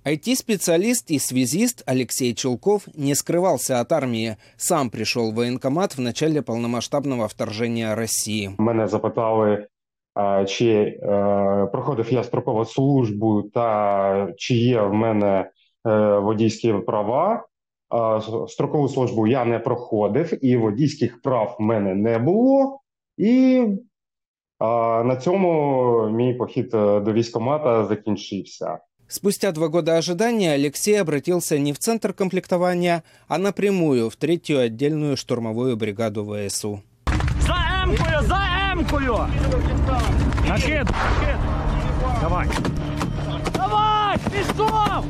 IT-специалист и связист Алексей Чулков не скрывался от армии. Сам пришел в военкомат в начале полномасштабного вторжения России. Мене запитали, чи проходив я строкову службу та чи є в мене водійські права. Строкову службу я не проходив і водійських прав в мене не було. І на цьому мій похід до військкомата закінчився. Спустя 2 года ожидания Алексей обратился не в центр комплектования, а напрямую в 3-ю отдельную штурмовую бригаду ВСУ. За М-кою! За М-кою! Накид! Давай! Давай! Пішов!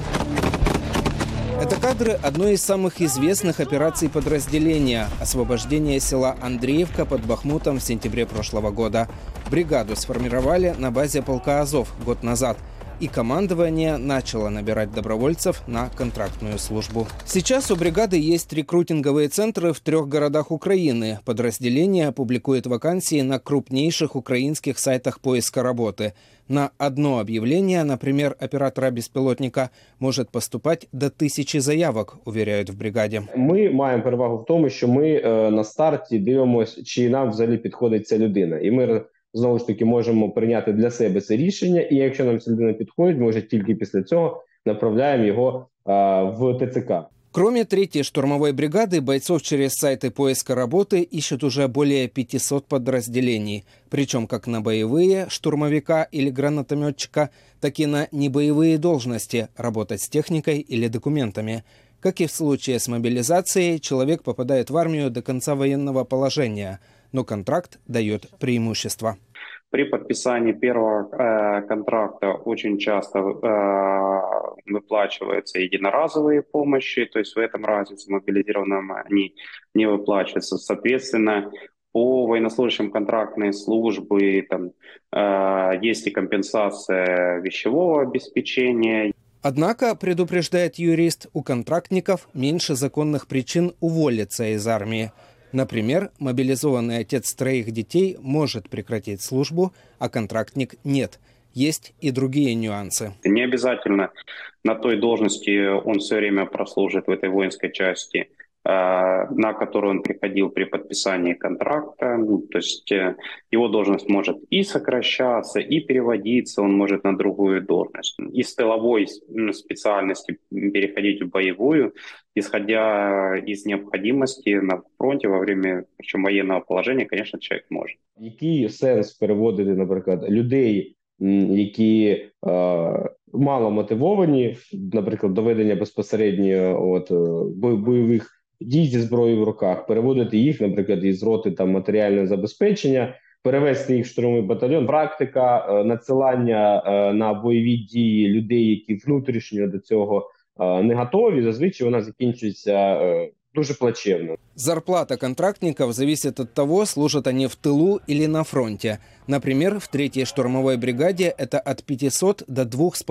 Это кадры одной из самых известных операций подразделения – освобождение села Андреевка под Бахмутом в сентябре прошлого года. Бригаду сформировали на базе полка «Азов» год назад. И командование начало набирать добровольцев на контрактную службу. Сейчас у бригады есть рекрутинговые центры в 3 городах Украины. Подразделение публикует вакансии на крупнейших украинских сайтах поиска работы. На одно объявление, например, оператора беспилотника, может поступать до 1000 заявок, уверяют в бригаді. Ми маємо перевагу в тому, що ми на старті дивимося, чи нам взагалі підходить ця людина. І ми знову ж таки можемо прийняти для себе це рішення, і якщо нам ця людина підходить, може тільки після цього направляємо його в ТЦК. Кроме 3-й штурмовой бригады, бойцов через сайты поиска работы ищут уже более 500 подразделений. Причем как на боевые, штурмовика или гранатометчика, так и на небоевые должности, работать с техникой или документами. Как и в случае с мобилизацией, человек попадает в армию до конца военного положения, но контракт дает преимущество. При подписании первого контракта очень часто выплачиваются единоразовые помощи, то есть в этом разница, мобилизированным они не выплачиваются. Соответственно, по военнослужащим контрактной службы там, есть и компенсация вещевого обеспечения. Однако, предупреждает юрист, у контрактников меньше законных причин уволиться из армии. Например, мобилизованный отец 3 детей может прекратить службу, а контрактник нет. Есть и другие нюансы. Не обязательно на той должности он все время прослужит в этой воинской части, на которую он приходил при подписании контракта. То есть его должность может и сокращаться, и переводиться, он может на другую должность. Из тыловой специальности переходить в боевую, исходя из необходимости на фронте во время, причем военного положения, конечно, человек может. Який сенс переводити, наприклад, людей, які мало мотивовані, наприклад, до ведення безпосередньо бойових дій зі зброєю в руках, переводити їх, наприклад, із роти там матеріального забезпечення, перевести їх в штурмовий батальйон. Практика надсилання на бойові дії людей, які внутрішньо до цього не готові, зазвичай вона закінчується дуже плачевно. Зарплата контрактников зависит от того, служат они в тылу или на фронте. Например, в 3-й штурмовой бригаде это от 500 до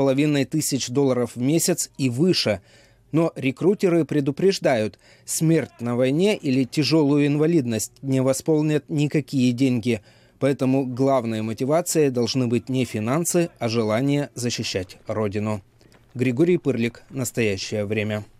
$2500 в месяц и выше. Но рекрутеры предупреждают, смерть на войне или тяжелую инвалидность не восполнят никакие деньги. Поэтому главной мотивацией должны быть не финансы, а желание защищать Родину. Григорий Пырлик. Настоящее время.